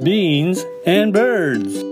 beans, and birds.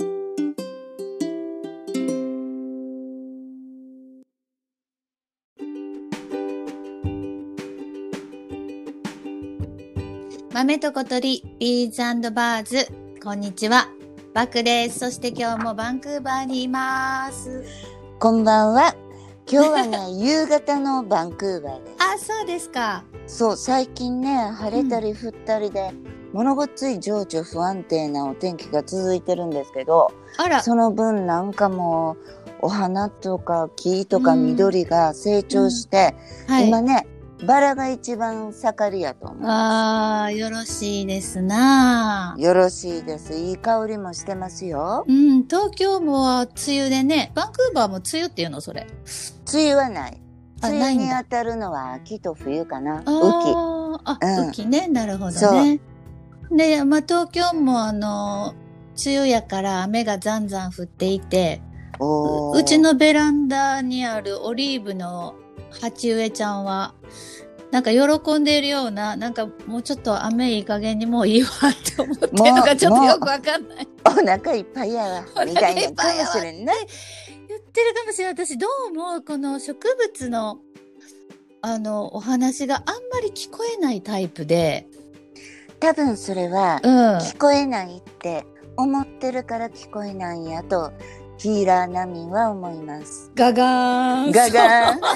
豆と小鳥、ビーズ&バーズ。こんにちは。バクです。そして今日もバンクーバーにいます。 こんばんは。今日はね、夕方のバンクーバーです。 あ、そうですか。 そう、最近ね、晴れたり降ったりで、物ごっつい情緒不安定なお天気が続いてるんですけど、その分なんかもう、お花とか木とか緑が成長して、はい、今ね、バラが一番盛りやと思います。 ああ、よろしいですな。 よろしいです。いい香りもしてますよ。 うん、東京も梅雨でね、バンクーバーも梅雨っていうのそれ。 梅雨はない。梅雨に当たるのは秋と冬かな。雨季。 雨季ね。なるほどね。で、まあ東京も梅雨やから雨がざんざん降っていて、うちのベランダにあるオリーブの鉢植えちゃんは、なんか喜んでいるような、なんかもうちょっと雨いい加減にもういいわって思ってるのがちょっとよくわかんない。 お腹いっぱいやわ、みたいなかもしれんね。 言ってるかもしれない。私どうもこの植物のお話があんまり聞こえないタイプで。 多分それは、聞こえないって思ってるから聞こえないんやと、ヒーラー並みは思います。 ガガーン。 ガガーン。 い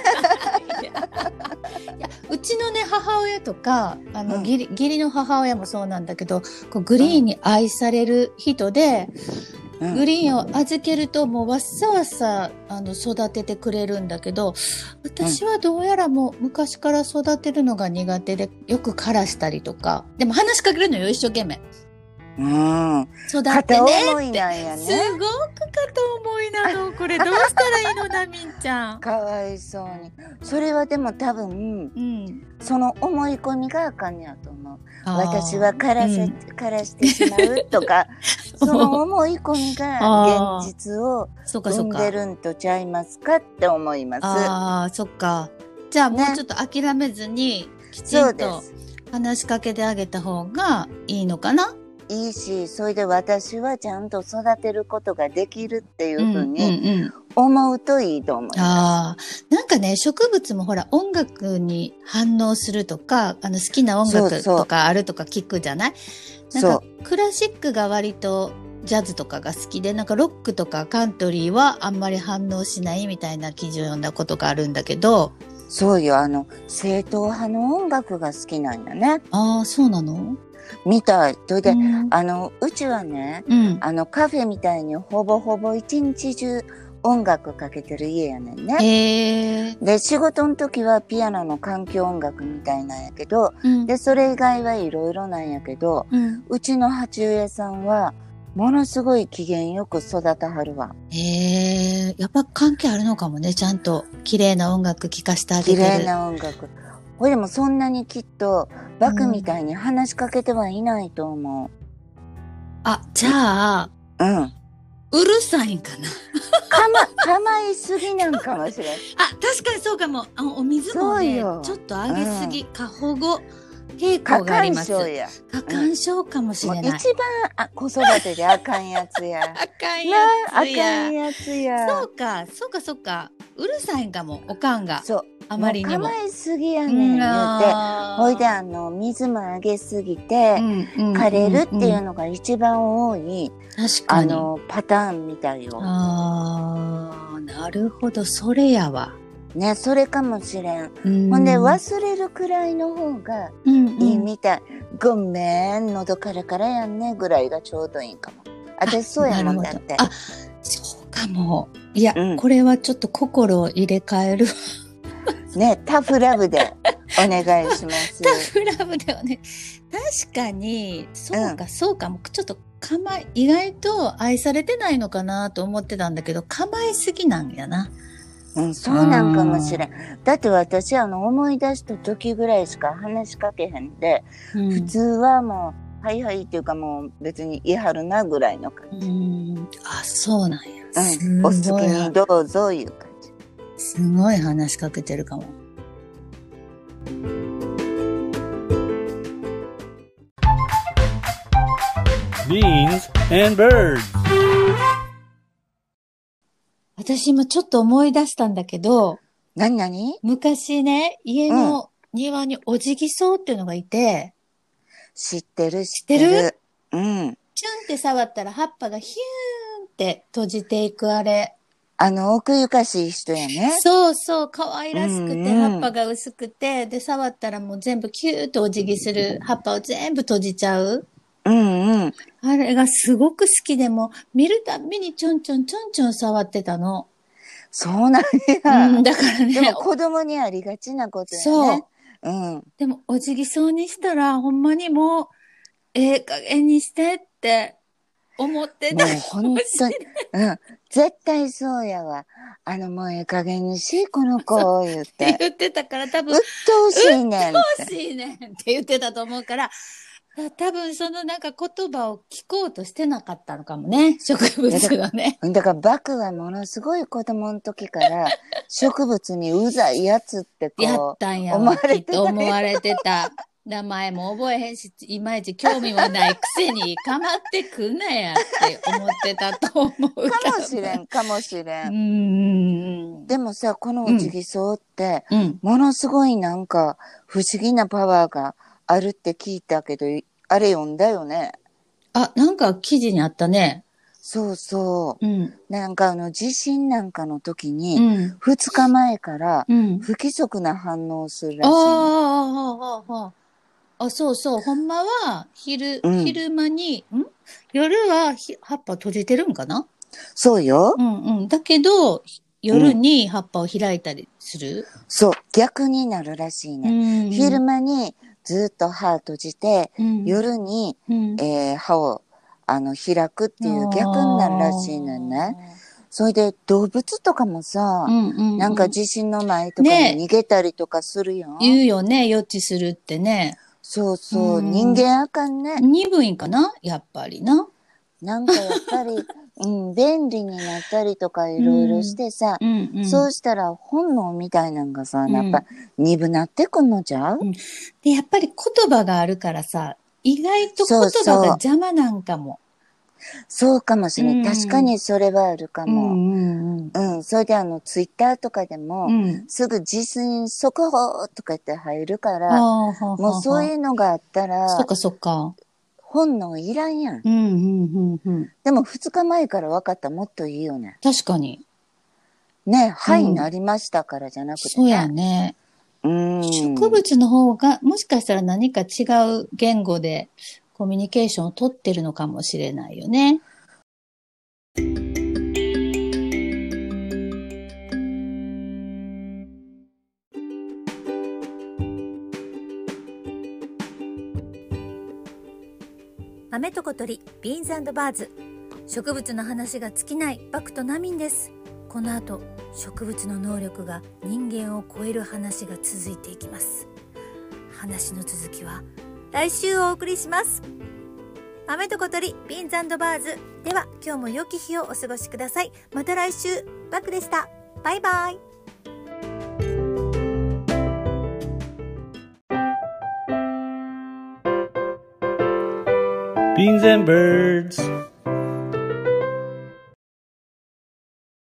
やうちのね、母親とか、義理の母親もそうなんだけど、こうグリーンに愛される人で、グリーンを預けるともうわっさわっさ育ててくれるんだけど、私はどうやらもう昔から育てるのが苦手で、よく枯らしたりとか。でも話しかけるのよ、一生懸命。育ってねって。 片思いなんやね。 すごく片思いなの。これどうしたらいいのだ、みんちゃん。 かわいそうに。それはでも多分、その思い込みがあかんやと思う。私は枯らしてしまうとか、その思い込みが現実を生んでるんとちゃいますかって思います。 ああ、そっか。じゃあもうちょっと諦めずに、きちんと話しかけてあげた方がいいのかな？ いいし、それで私はちゃんと育てることができるっていうふうに思うといいと思います。 なんかね、植物もほら音楽に反応するとか、好きな音楽とかあるとか聞くじゃない？なんかクラシックが割とジャズとかが好きで、なんかロックとかカントリーはあんまり反応しないみたいな記事を読んだことがあるんだけど。 そうよ、正統派の音楽が好きなんだね。 ああ、そうなの？ みたい。それで、うちはね、カフェみたいにほぼほぼ一日中音楽かけてる家やねんね。で、仕事の時はピアノの環境音楽みたいなんやけど、で、それ以外はいろいろなんやけど、うちの鉢植えさんは、ものすごい機嫌よく育てはるわ。 やっぱ関係あるのかもね、ちゃんと綺麗な音楽聴かせてあげてる。 綺麗な音楽。これでもそんなにきっとバクみたいに話しかけてはいないと思う。 じゃあ、うるさいんかな。 構いすぎなんかもしれん。 確かにそうかも。お水もね、ちょっとあげすぎ、過保護傾向があります。過干渉かもしれない。 一番子育てであかんやつや。 あかんやつや。そうか。うるさいんかも、おかんが。そう。あまりにも。 構いすぎやねん、言って。ほいで、水もあげすぎて、枯れるっていうのが一番多い、 確かに。 パターンみたいよ。 なるほど、それやわ。 ね、それかもしれん。ほんで、忘れるくらいの方がいいみたい。ごめん、喉カラカラやんね、ぐらいがちょうどいいかも。私そうやもんだって。 そうかも。いや、これはちょっと心を入れ替える。 ね、タフラブでお願いします。 タフラブでね。確かに、そうかも。ちょっと意外と愛されてないのかなと思ってたんだけど、構いすぎなんやな。 そうなんかもしれん。だって私思い出した時ぐらいしか話しかけへんで、普通はもう、はいはいっていうかもう別に言いはるなぐらいの感じ。 そうなんや。 お好きにどうぞいう感じ。 すごい話しかけてるかも。 beans, and birds. 私今ちょっと思い出したんだけど、 何昔ね、家の庭にオジギソウっていうのがいて、 知ってる。うん。 チュンって触ったら葉っぱがヒューンって閉じていくあれ。 奥ゆかしい人やね。 そうそう、可愛らしくて、葉っぱが薄くて、で、触ったらもう全部キューッとお辞儀する葉っぱを全部閉じちゃう。あれがすごく好きでも、見るたびにちょんちょん触ってたの。 そうなんや。 だからね。 でも子供にありがちなことやね。 そう。でも、お辞儀そうにしたら、ほんまにもう、加減にしてって思ってた。 もう本当に。絶対そうやわ。もう加減にし、この子、言って。 って言ってたから多分。 うっとうしいねん。 うっとうしいねんって言ってたと思うから、多分そのなんか言葉を聞こうとしてなかったのかもね。植物がね。 だからバクはものすごい子供の時から植物にうざいやつってこう。 やったんやわ。思われてた。名前も覚えへんし、いまいち興味もないくせに、かまってくんなやって思ってたと思う。 かもしれん。でもさ、このオジギソウって、ものすごいなんか不思議なパワーがあるって聞いたけど、あれ読んだよね。 なんか記事にあったね。 そうそう。なんか地震なんかの時に、2日前から不規則な反応をするらしいの。 そうそう。ほんまは、昼間に、夜は葉っぱ閉じてるんかな？ そうよ。 だけど、夜に葉っぱを開いたりする？ そう。逆になるらしいね。昼間にずっと葉を閉じて、夜に、葉を開くっていう逆になるらしいねんね。それで動物とかもさ、なんか地震の前とかに逃げたりとかするよ。 言うよね、予知するってね。 そうそう、人間あかんね。 鈍いんかなやっぱりな。 なんかやっぱり、便利になったりとかいろいろしてさ、そうしたら本能みたいなのがさ、やっぱ鈍なってくんのじゃう？ で、やっぱり言葉があるからさ、意外と言葉が邪魔なんかも。 そうかもしれない。確かにそれはあるかも。それでツイッターとかでも、すぐ地震速報とか言って入るから、もうそういうのがあったら、 そっか。 本能いらんやん。でも2日前から分かったらもっといいよね。 確かに。 ね、はいなりましたからじゃなくてね。 そうやね。植物の方が、もしかしたら何か違う言語でコミュニケーションを取ってるのかもしれないよね。 豆と小鳥、ビーンズ&バーズ。植物の話が尽きないバクとナミンです。この後、植物の能力が人間を超える話が続いていきます。話の続きは来週お送りします。豆と小鳥、ビーンズ&バーズ。では今日も良き日をお過ごしください。また来週、バクでした。バイバイ。 Beans and birds.